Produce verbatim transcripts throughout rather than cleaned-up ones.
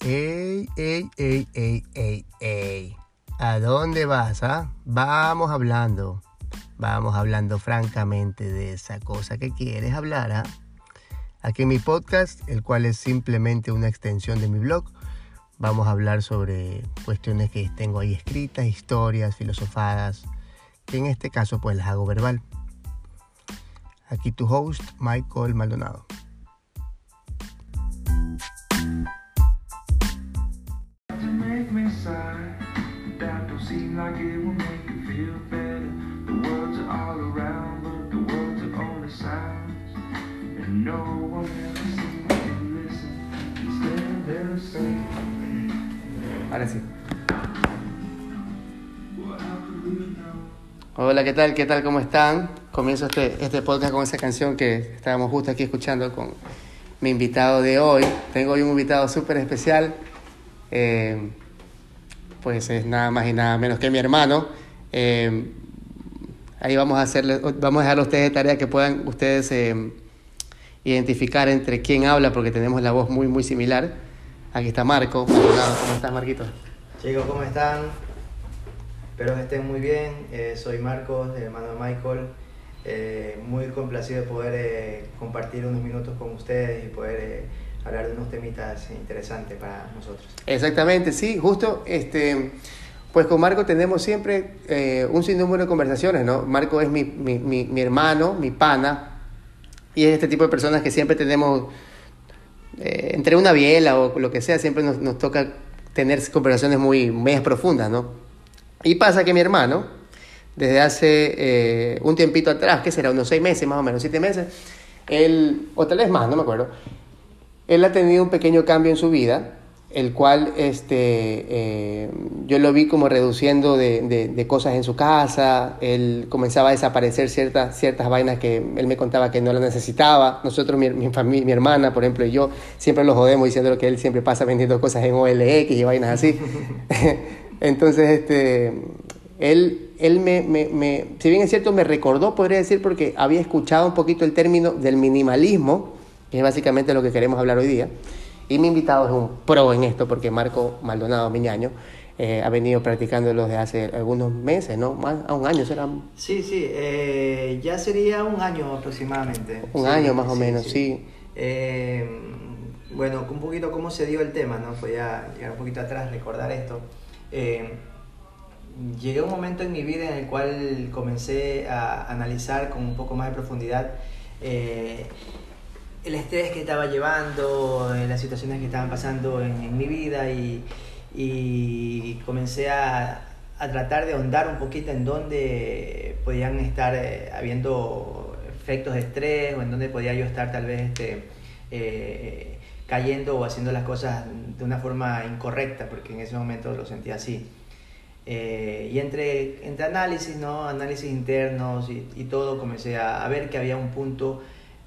Ey, ey, ey, ey, ey, ey. ¿A dónde vas, ah? Vamos hablando. Vamos hablando francamente de esa cosa que quieres hablar, ¿ah? Aquí en mi podcast, el cual es simplemente una extensión de mi blog, vamos a hablar sobre cuestiones que tengo ahí escritas, historias, filosofadas, que en este caso pues las hago verbal. Aquí tu host, Michael Maldonado. Ahora sí. Hola, ¿qué tal? ¿Qué tal? ¿Cómo están? Comienzo este, este podcast con esa canción que estábamos justo aquí escuchando con mi invitado de hoy. Tengo hoy un invitado súper especial. Eh, pues es nada más y nada menos que mi hermano. Eh, ahí vamos a hacerle, vamos a dejar a ustedes de tarea que puedan ustedes eh, identificar entre quién habla, porque tenemos la voz muy, muy similar. Aquí está Marco. ¿Cómo estás, Marquito? Chicos, ¿cómo están? Espero que estén muy bien. Eh, soy Marcos, hermano de Michael. Eh, muy complacido de poder eh, compartir unos minutos con ustedes y poder eh, hablar de unos temitas interesantes para nosotros. Exactamente, sí, justo, este, pues con Marco tenemos siempre eh, un sinnúmero de conversaciones, ¿no? Marco es mi, mi, mi, mi hermano, mi pana, y es este tipo de personas que siempre tenemos, eh, entre una biela o lo que sea, siempre nos, nos toca tener conversaciones muy medias profundas, ¿no? Y pasa que mi hermano, desde hace eh, un tiempito atrás, que será unos seis meses más o menos, siete meses, él, o tal vez más, no me acuerdo, él ha tenido un pequeño cambio en su vida, el cual este, eh, yo lo vi como reduciendo de, de, de cosas en su casa. Él comenzaba a desaparecer ciertas, ciertas vainas que él me contaba que no las necesitaba. Nosotros, mi, mi, familia, mi hermana, por ejemplo, y yo, siempre lo jodemos diciendo que él siempre pasa vendiendo cosas en O L X y vainas así. Entonces, este, él, él me, me, me, si bien es cierto, me recordó, podría decir, porque había escuchado un poquito el término del minimalismo, que es básicamente lo que queremos hablar hoy día. Y mi invitado es un pro en esto, porque Marco Maldonado, mi ñaño, eh, ha venido practicándolo desde hace algunos meses, ¿no? Más a un año será. Sí, sí, eh, ya sería un año aproximadamente. Un sí, año más o sí, menos, sí. sí. Eh, bueno, un poquito cómo se dio el tema, ¿no? Voy a llegar un poquito atrás, recordar esto. Eh, llegué a un momento en mi vida en el cual comencé a analizar con un poco más de profundidad eh, el estrés que estaba llevando, las situaciones que estaban pasando en, en mi vida y, y comencé a, a tratar de ahondar un poquito en dónde podían estar eh, habiendo efectos de estrés o en dónde podía yo estar tal vez este, eh, cayendo o haciendo las cosas de una forma incorrecta, porque en ese momento lo sentía así. Eh, y entre, entre análisis, ¿no? análisis internos y, y todo, comencé a, a ver que había un punto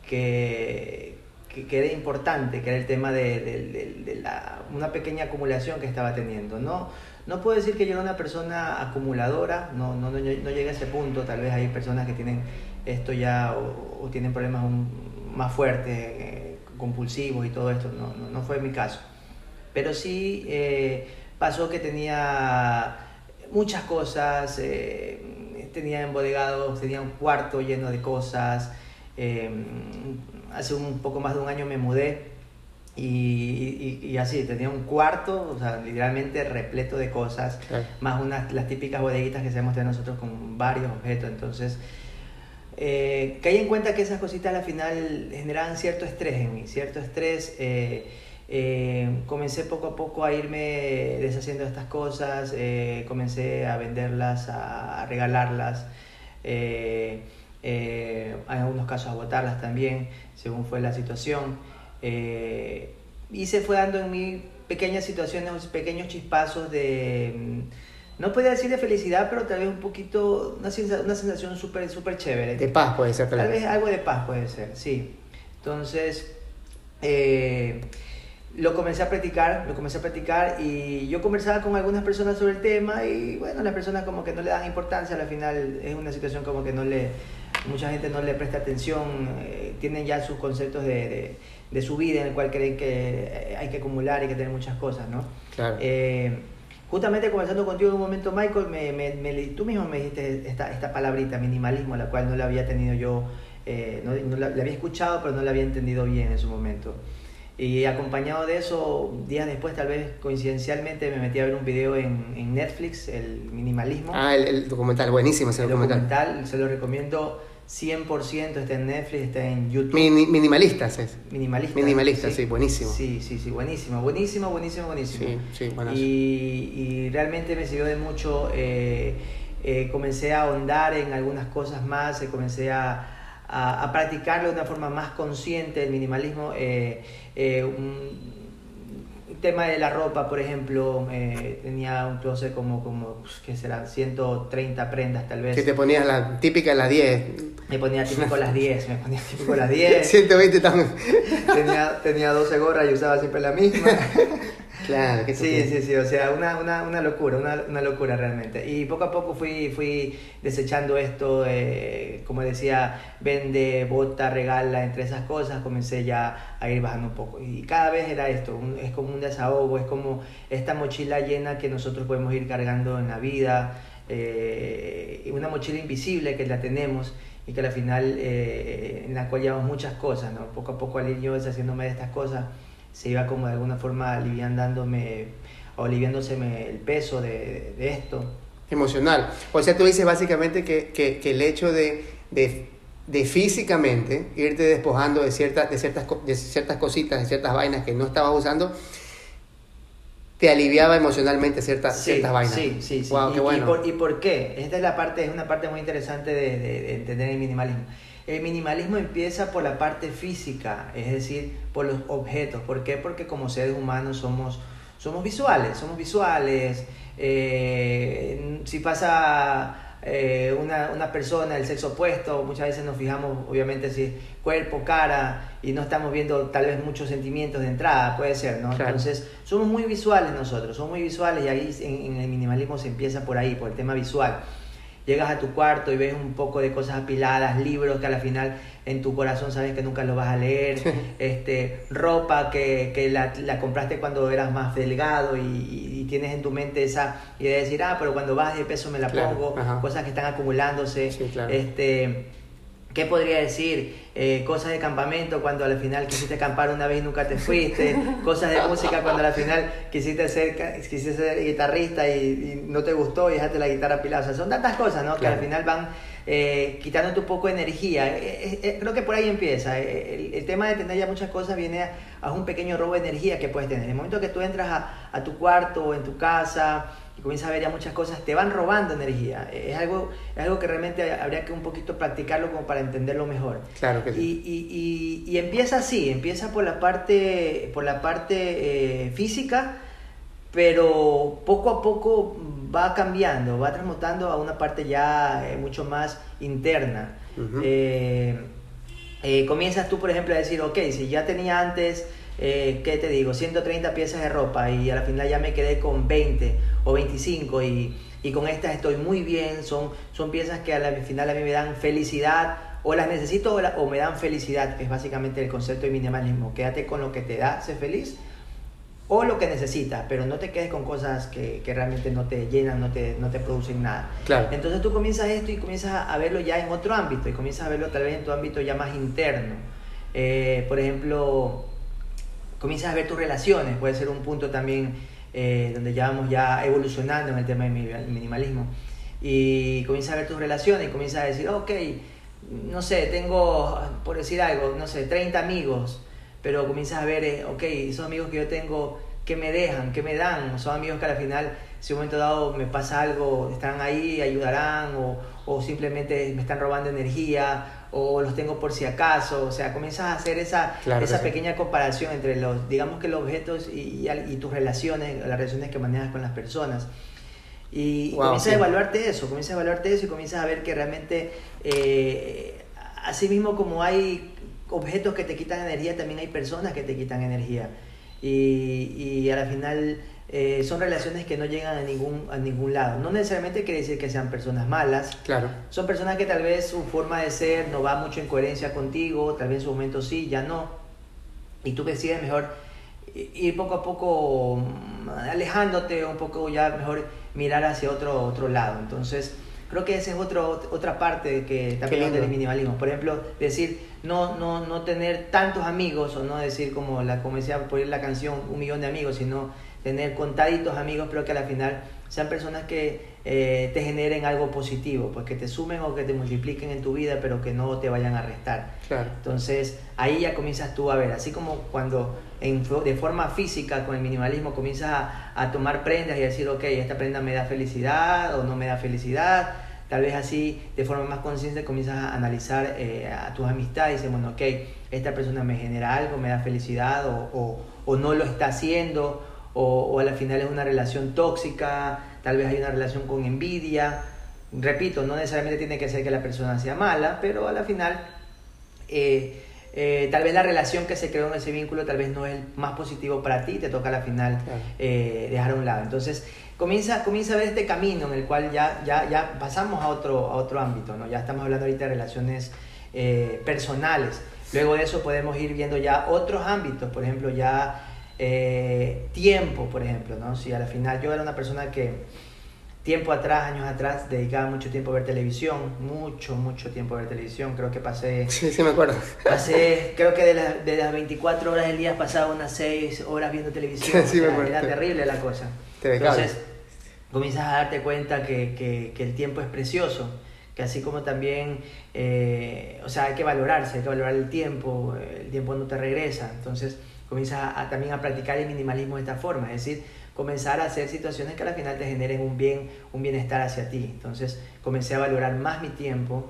que, que, que era importante, que era el tema de, de, de, de la, una pequeña acumulación que estaba teniendo. No, no puedo decir que yo era una persona acumuladora, no, no, no, no llegué a ese punto. Tal vez hay personas que tienen esto ya o, o tienen problemas un, más fuertes, eh, compulsivos y todo esto. No, no, no fue mi caso. Pero sí eh, pasó que tenía muchas cosas, eh, tenía embodegados, tenía un cuarto lleno de cosas. Eh, hace un poco más de un año me mudé y, y, y así, tenía un cuarto, o sea, literalmente repleto de cosas, claro. Más unas, las típicas bodeguitas que sabemos tener nosotros con varios objetos. Entonces, eh, caí en cuenta que esas cositas al final generaban cierto estrés en mí, cierto estrés. Eh, eh, comencé poco a poco a irme deshaciendo de estas cosas, eh, comencé a venderlas, a, a regalarlas. Eh, Eh, en algunos casos a botarlas también, según fue la situación, eh, y se fue dando en mí pequeñas situaciones, pequeños chispazos de, no podría decir de felicidad, pero tal vez un poquito, una sensación, una sensación súper súper chévere. De paz puede ser. Tal vez algo de paz puede ser, sí. Entonces, eh, lo comencé a practicar, lo comencé a practicar y yo conversaba con algunas personas sobre el tema y bueno, las personas como que no le dan importancia, al final es una situación como que no le, mucha gente no le presta atención, eh, tienen ya sus conceptos de, de, de su vida en el cual creen que hay que acumular y que tener muchas cosas, ¿no? Claro. Eh, justamente conversando contigo en un momento, Michael, me, me, me, tú mismo me dijiste esta, esta palabrita, minimalismo, la cual no la había tenido yo, eh, no, no la, la había escuchado, pero no la había entendido bien en su momento. Y acompañado de eso, días después, tal vez coincidencialmente, me metí a ver un video en, en Netflix, el minimalismo. Ah, el, el documental, buenísimo ese el documental. documental, se lo recomiendo cien por ciento, está en Netflix, está en YouTube. Mini, minimalistas es. Minimalista. Minimalista, sí, sí, buenísimo. Sí, sí, sí, buenísimo, buenísimo, buenísimo, buenísimo. Sí, sí, buenazo. Y, y realmente me sirvió de mucho, eh, eh, comencé a ahondar en algunas cosas más, eh, comencé a... A, a practicarlo de una forma más consciente, el minimalismo. Eh, eh, un, un tema de la ropa, por ejemplo, eh, tenía un closet como, como ¿qué será? ciento treinta prendas tal vez. Que te ponías la típica las diez. Me ponía típico las diez, me ponía típico las diez. ciento veinte también. Tenía, tenía doce gorras y usaba siempre la misma. Claro, que sí, sí, sí, o sea, una, una, una locura, una, una locura realmente. Y poco a poco fui, fui desechando esto, eh, como decía, vende, bota, regala, entre esas cosas, comencé ya a ir bajando un poco. Y cada vez era esto, un, es como un desahogo, es como esta mochila llena que nosotros podemos ir cargando en la vida, eh, una mochila invisible que la tenemos y que al final, eh, en la cual llevamos muchas cosas, ¿no? Poco a poco al ir yo deshaciéndome de estas cosas, se iba como de alguna forma aliviándome o aliviándoseme el peso de, de esto. Emocional. O sea, tú dices básicamente que, que, que el hecho de, de, de físicamente irte despojando de ciertas, de, ciertas, de ciertas cositas, de ciertas vainas que no estabas usando, te aliviaba emocionalmente ciertas, sí, ciertas vainas. Sí, sí, sí. Wow, y, qué bueno. ¿Y por, ¿Y por qué? Esta es la parte, es una parte muy interesante de, de, de entender el minimalismo. El minimalismo empieza por la parte física, es decir, por los objetos. ¿Por qué? Porque como seres humanos somos, somos visuales, somos visuales. Eh, si pasa eh, una, una persona del sexo opuesto, muchas veces nos fijamos, obviamente, si cuerpo, cara, y no estamos viendo tal vez muchos sentimientos de entrada, puede ser, ¿no? Claro. Entonces, somos muy visuales nosotros, somos muy visuales y ahí en, en el minimalismo se empieza por ahí, por el tema visual. Llegas a tu cuarto y ves un poco de cosas apiladas, libros que a la final en tu corazón sabes que nunca los vas a leer, este, ropa que, que la, la compraste cuando eras más delgado y, y, y tienes en tu mente esa idea de decir, ah, pero cuando bajes de peso me la claro, pongo, ajá. Cosas que están acumulándose, sí, claro. este, ¿qué podría decir? Eh, cosas de campamento cuando al final quisiste acampar una vez y nunca te fuiste, cosas de música cuando al final quisiste ser, quisiste ser guitarrista y, y no te gustó y dejaste la guitarra pilada. O sea, son tantas cosas, ¿no? Claro. Que al final van eh, quitándote un poco de energía. Eh, eh, creo que por ahí empieza. El, el tema de tener ya muchas cosas viene a, a un pequeño robo de energía que puedes tener. En el momento que tú entras a, a tu cuarto o en tu casa y comienzas a ver ya muchas cosas, te van robando energía. Es algo, es algo que realmente habría que un poquito practicarlo como para entenderlo mejor. Claro que sí. Y, y, y, y empieza así, empieza por la parte, por la parte eh, física, pero poco a poco va cambiando, va transmutando a una parte ya eh, mucho más interna. Uh-huh. eh, eh, comienzas tú, por ejemplo, a decir, ok, si ya tenía antes... Eh, ¿qué te digo? ciento treinta piezas de ropa y a la final ya me quedé con veinte o veinticinco y, y con estas estoy muy bien, son, son piezas que a la final a mí me dan felicidad o las necesito o, la, o me dan felicidad, que es básicamente el concepto de minimalismo. Quédate con lo que te da, sé feliz, o lo que necesitas, pero no te quedes con cosas que, que realmente no te llenan, no te, no te producen nada. Claro. Entonces tú comienzas esto y comienzas a verlo ya en otro ámbito y comienzas a verlo tal vez en tu ámbito ya más interno. Eh, por ejemplo... comienzas a ver tus relaciones, puede ser un punto también eh, donde ya vamos ya evolucionando en el tema del minimalismo, y comienzas a ver tus relaciones y comienzas a decir, ok, no sé, tengo, por decir algo, no sé, treinta amigos, pero comienzas a ver, eh, ok, esos amigos que yo tengo, ¿qué me dejan? ¿Qué me dan? Son amigos que al final, si un momento dado me pasa algo, están ahí, ayudarán, o, o simplemente me están robando energía, o los tengo por si acaso. O sea, comienzas a hacer esa, claro esa sí. pequeña comparación entre los, digamos que los objetos y, y, y tus relaciones, las relaciones que manejas con las personas. Y, wow, y comienzas sí. a evaluarte eso, comienzas a evaluarte eso y comienzas a ver que realmente, eh, así mismo como hay objetos que te quitan energía, también hay personas que te quitan energía. Y, y al final eh, son relaciones que no llegan a ningún, a ningún lado. No necesariamente quiere decir que sean personas malas. Claro. Son personas que tal vez su forma de ser no va mucho en coherencia contigo, tal vez en su momento sí, ya no. Y tú decides mejor ir poco a poco alejándote, un poco ya mejor mirar hacia otro, otro lado. Entonces, creo que esa es otro, otra parte que también del minimalismo. Por ejemplo, decir, no, no, no tener tantos amigos, o no decir como, la, como decía por la canción, un millón de amigos, sino tener contaditos amigos, pero que al final sean personas que eh, te generen algo positivo, pues que te sumen o que te multipliquen en tu vida, pero que no te vayan a restar. Claro. Entonces, ahí ya comienzas tú a ver, así como cuando en, de forma física con el minimalismo comienzas a, a tomar prendas y decir, ok, esta prenda me da felicidad o no me da felicidad. Tal vez así, de forma más consciente, comienzas a analizar eh, a tus amistades y dices, bueno, ok, esta persona me genera algo, me da felicidad o, o, o no lo está haciendo, o, o al final es una relación tóxica, tal vez hay una relación con envidia. Repito, no necesariamente tiene que ser que la persona sea mala, pero al final eh, eh, tal vez la relación que se creó en ese vínculo tal vez no es el más positivo para ti, te toca al final eh, dejar a un lado. Entonces, Comienza, comienza a ver este camino en el cual ya, ya, ya pasamos a otro, a otro ámbito, ¿no? Ya estamos hablando ahorita de relaciones eh, personales. Luego de eso podemos ir viendo ya otros ámbitos, por ejemplo, ya eh, tiempo, por ejemplo, ¿no? Si a la final yo era una persona que tiempo atrás, años atrás, dedicaba mucho tiempo a ver televisión, mucho, mucho tiempo a ver televisión. Creo que pasé... Sí, sí me acuerdo. Pasé, creo que de, la, de las veinticuatro horas del día pasaba unas seis horas viendo televisión. Sí, o sea, me acuerdo. Era terrible la cosa. Entonces, comienzas a darte cuenta que, que, que el tiempo es precioso, que así como también, eh, o sea, hay que valorarse, hay que valorar el tiempo, el tiempo no te regresa. Entonces, comienzas a, a, también a practicar el minimalismo de esta forma, es decir, comenzar a hacer situaciones que al final te generen un bien, un bienestar hacia ti. Entonces, comencé a valorar más mi tiempo.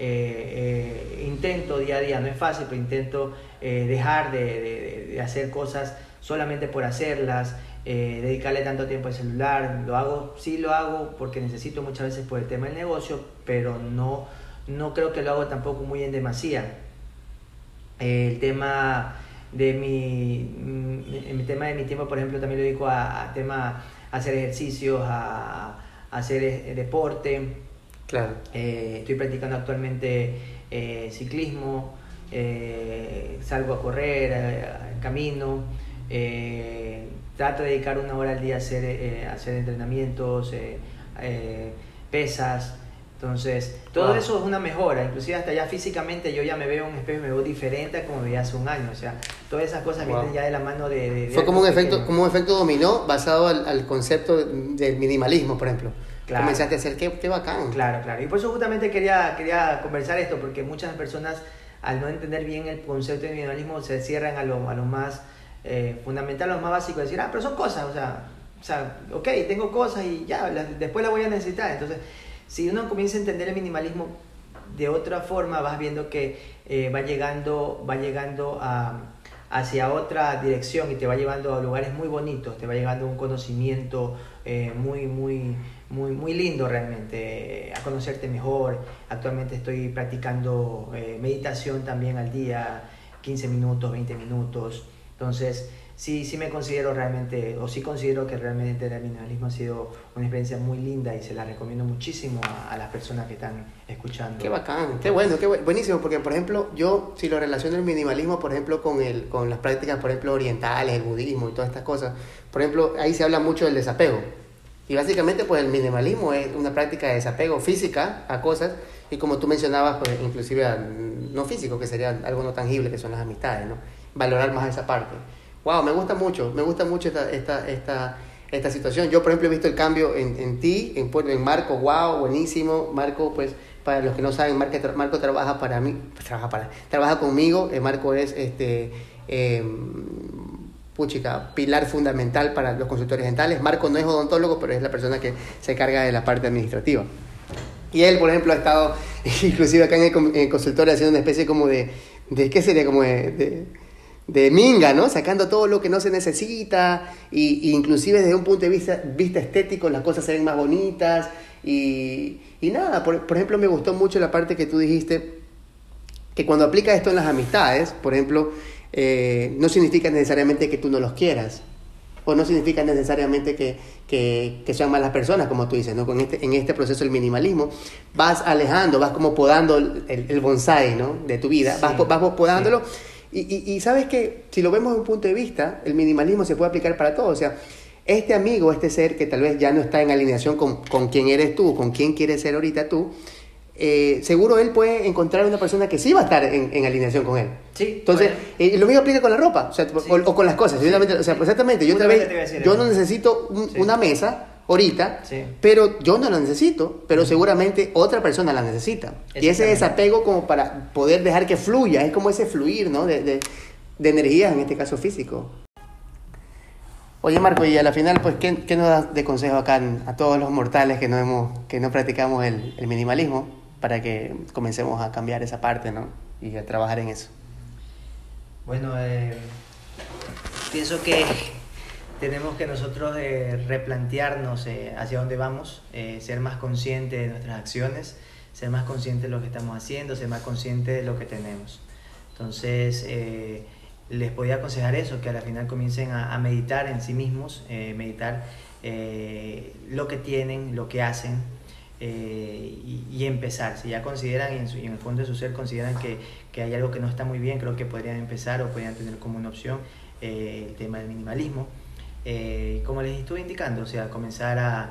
Eh, eh, intento día a día, no es fácil, pero intento eh, dejar de, de, de hacer cosas solamente por hacerlas, eh, dedicarle tanto tiempo al celular. Lo hago, sí lo hago porque necesito muchas veces por el tema del negocio, pero no, no creo que lo hago tampoco muy en demasía. Eh, el tema de mi, el tema de mi tiempo, por ejemplo, también lo dedico a, a tema a hacer ejercicios, a, a hacer eh, deporte. Claro. Eh, estoy practicando actualmente eh, ciclismo, eh, salgo a correr, eh, camino, eh, trato de dedicar una hora al día a hacer, eh, a hacer entrenamientos, eh, eh, pesas. Entonces, todo wow. eso es una mejora, inclusive hasta ya físicamente yo ya me veo en un espejo y me veo diferente a como me veía hace un año. O sea, todas esas cosas wow. vienen ya de la mano de... de, de Fue como un, efecto, como un efecto dominó basado al, al concepto del minimalismo, por ejemplo. Claro. Comenzaste a hacer, qué, qué bacán. Claro, claro. Y por eso justamente quería, quería conversar esto, porque muchas personas, al no entender bien el concepto de minimalismo, se cierran a lo, a lo más eh, fundamental, a lo más básico, de decir, ah, pero son cosas, o sea, o sea ok, tengo cosas y ya, las, después las voy a necesitar. Entonces, si uno comienza a entender el minimalismo de otra forma, vas viendo que eh, va llegando, va llegando a, hacia otra dirección y te va llevando a lugares muy bonitos, te va llevando a un conocimiento eh, muy, muy, muy, muy lindo realmente, a conocerte mejor. Actualmente estoy practicando eh, meditación también al día, quince minutos, veinte minutos. Entonces, sí, sí me considero realmente, o sí considero que realmente el minimalismo ha sido una experiencia muy linda y se la recomiendo muchísimo a, a las personas que están escuchando. Qué bacán, qué bueno, qué buenísimo, porque por ejemplo, yo si lo relaciono el minimalismo, por ejemplo, con, el, con las prácticas, por ejemplo, orientales, el budismo y todas estas cosas, por ejemplo, ahí se habla mucho del desapego. Y básicamente, pues el minimalismo es una práctica de desapego física a cosas, y como tú mencionabas, pues inclusive a, no físico, que sería algo no tangible, que son las amistades, ¿no? Valorar más esa parte. Wow, me gusta mucho, me gusta mucho esta, esta, esta, esta situación. Yo, por ejemplo, he visto el cambio en, en ti, en, en Marco, wow, buenísimo. Marco, pues, para los que no saben, Marco, Marco trabaja para mí, trabaja, para, trabaja conmigo. Eh, Marco es, este, eh, puchica, pilar fundamental para los consultores dentales. Marco no es odontólogo, pero es la persona que se carga de la parte administrativa. Y él, por ejemplo, ha estado, inclusive acá en el, en el consultorio, haciendo una especie como de, de ¿qué sería? Como de... de de minga, ¿no? Sacando todo lo que no se necesita, y, y inclusive desde un punto de vista, vista estético las cosas se ven más bonitas, y, y nada, por, por ejemplo, me gustó mucho la parte que tú dijiste, que cuando aplicas esto en las amistades, por ejemplo, eh, no significa necesariamente que tú no los quieras, o no significa necesariamente que, que, que sean malas personas, como tú dices, ¿no? Con este, en este proceso del minimalismo, vas alejando, vas como podando el, el bonsái, ¿no? De tu vida, sí, vas, vas podándolo. Sí. Y, y, y sabes que si lo vemos desde un punto de vista, el minimalismo se puede aplicar para todo. O sea, este amigo, este ser que tal vez ya no está en alineación con, con quién eres tú, con quién quieres ser ahorita tú, eh, seguro él puede encontrar una persona que sí va a estar en, en alineación con él. Sí. Entonces, bueno. eh, lo mismo aplica con la ropa, o, sea, sí. o, o con las cosas. Sí. O sea, exactamente, yo, tal vez, yo no necesito un, sí. una mesa ahorita, sí. pero yo no la necesito, pero seguramente otra persona la necesita. Y ese desapego como para poder dejar que fluya, es como ese fluir, ¿no? de, de, de energías, en este caso físico. Oye, Marco, y a la final, pues, ¿qué, qué nos das de consejo acá a todos los mortales que no, hemos, que no practicamos el, el minimalismo para que comencemos a cambiar esa parte, ¿no? Y a trabajar en eso? Bueno, eh, pienso que tenemos que nosotros eh, replantearnos eh, hacia dónde vamos, eh, ser más conscientes de nuestras acciones, ser más conscientes de lo que estamos haciendo, ser más conscientes de lo que tenemos. Entonces, eh, les podría aconsejar eso, que a la final comiencen a, a meditar en sí mismos, eh, meditar eh, lo que tienen, lo que hacen, eh, y, y empezar. Si ya consideran, y en, su, y en el fondo de su ser consideran que, que hay algo que no está muy bien, creo que podrían empezar o podrían tener como una opción eh, el tema del minimalismo. Eh, como les estuve indicando, o sea, comenzar a,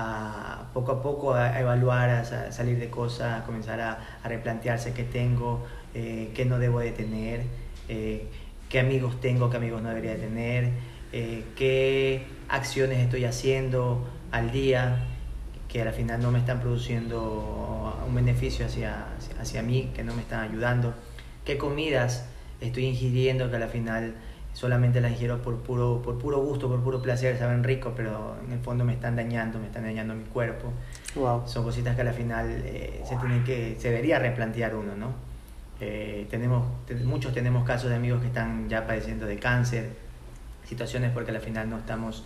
a poco a poco a, a evaluar, a, a salir de cosas, a comenzar a, a replantearse qué tengo, eh, qué no debo de tener, eh, qué amigos tengo, qué amigos no debería de tener, eh, qué acciones estoy haciendo al día que al final no me están produciendo un beneficio hacia, hacia, hacia mí, que no me están ayudando, qué comidas estoy ingiriendo que al final solamente las ingiero por puro, por puro gusto, por puro placer, saben rico, pero en el fondo me están dañando, me están dañando mi cuerpo. Wow. Son cositas que al final eh, se tienen que, se debería replantear uno, ¿no? Eh, tenemos, te, muchos tenemos casos de amigos que están ya padeciendo de cáncer, situaciones porque al final no estamos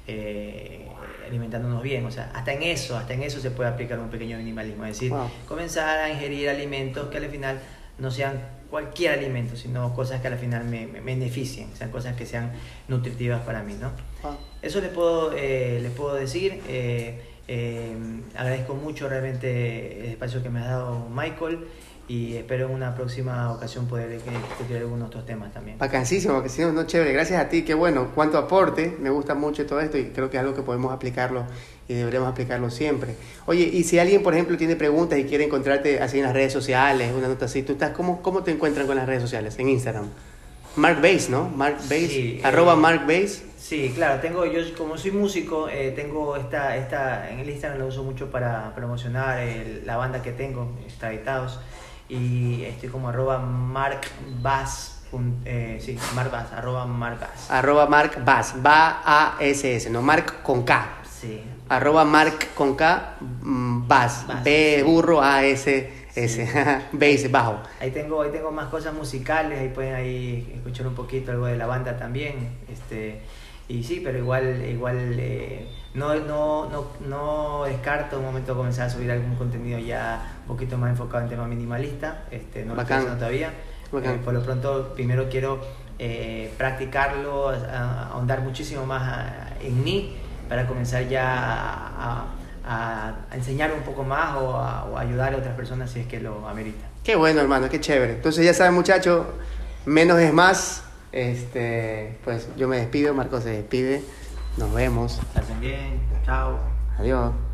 eh, alimentándonos bien. O sea, hasta en eso, hasta en eso se puede aplicar un pequeño minimalismo, es decir, wow. comenzar a ingerir alimentos que al final no sean cualquier alimento, sino cosas que al final me, me beneficien, sean cosas que sean nutritivas para mí, ¿no? Wow. Eso les puedo, eh, les puedo decir. Eh, eh, agradezco mucho realmente el espacio que me ha dado Michael y espero en una próxima ocasión poder discutir algunos otros temas también. Vacancísimo, que si no, no, chévere. Gracias a ti, qué bueno, cuánto aporte, me gusta mucho todo esto y creo que es algo que podemos aplicarlo y deberíamos aplicarlo siempre. Oye, y si alguien, por ejemplo, tiene preguntas y quiere encontrarte así en las redes sociales, una nota así, ¿tú estás, cómo, cómo te encuentran con las redes sociales? En Instagram. Mark Base, ¿no? Mark Base, sí, arroba eh, Mark Base. Sí, claro, tengo, yo como soy músico, eh, tengo esta, esta, en el Instagram lo uso mucho para promocionar el, la banda que tengo, está editados. Y estoy como arroba markbass, eh, sí, markbass, arroba markbass. Arroba markbass, ba a s s, no, mark con K. Sí. Arroba mark con K, bass, bass B sí. burro A S S, sí. Bass, bajo. Ahí tengo, ahí tengo más cosas musicales, ahí pueden ahí escuchar un poquito algo de la banda también, este... Y sí, pero igual, igual eh, no, no, no, no descarto un momento comenzar a subir algún contenido ya un poquito más enfocado en tema minimalista. Este, no lo estoy haciendo todavía. Eh, por lo pronto, primero quiero eh, practicarlo, a, a ahondar muchísimo más a, en mí para comenzar ya a, a, a enseñar un poco más o a, o a ayudar a otras personas si es que lo amerita. Qué bueno, hermano, qué chévere. Entonces ya saben, muchachos, menos es más. Este, pues yo me despido, Marco se despide, nos vemos. Estén bien, chao. Adiós.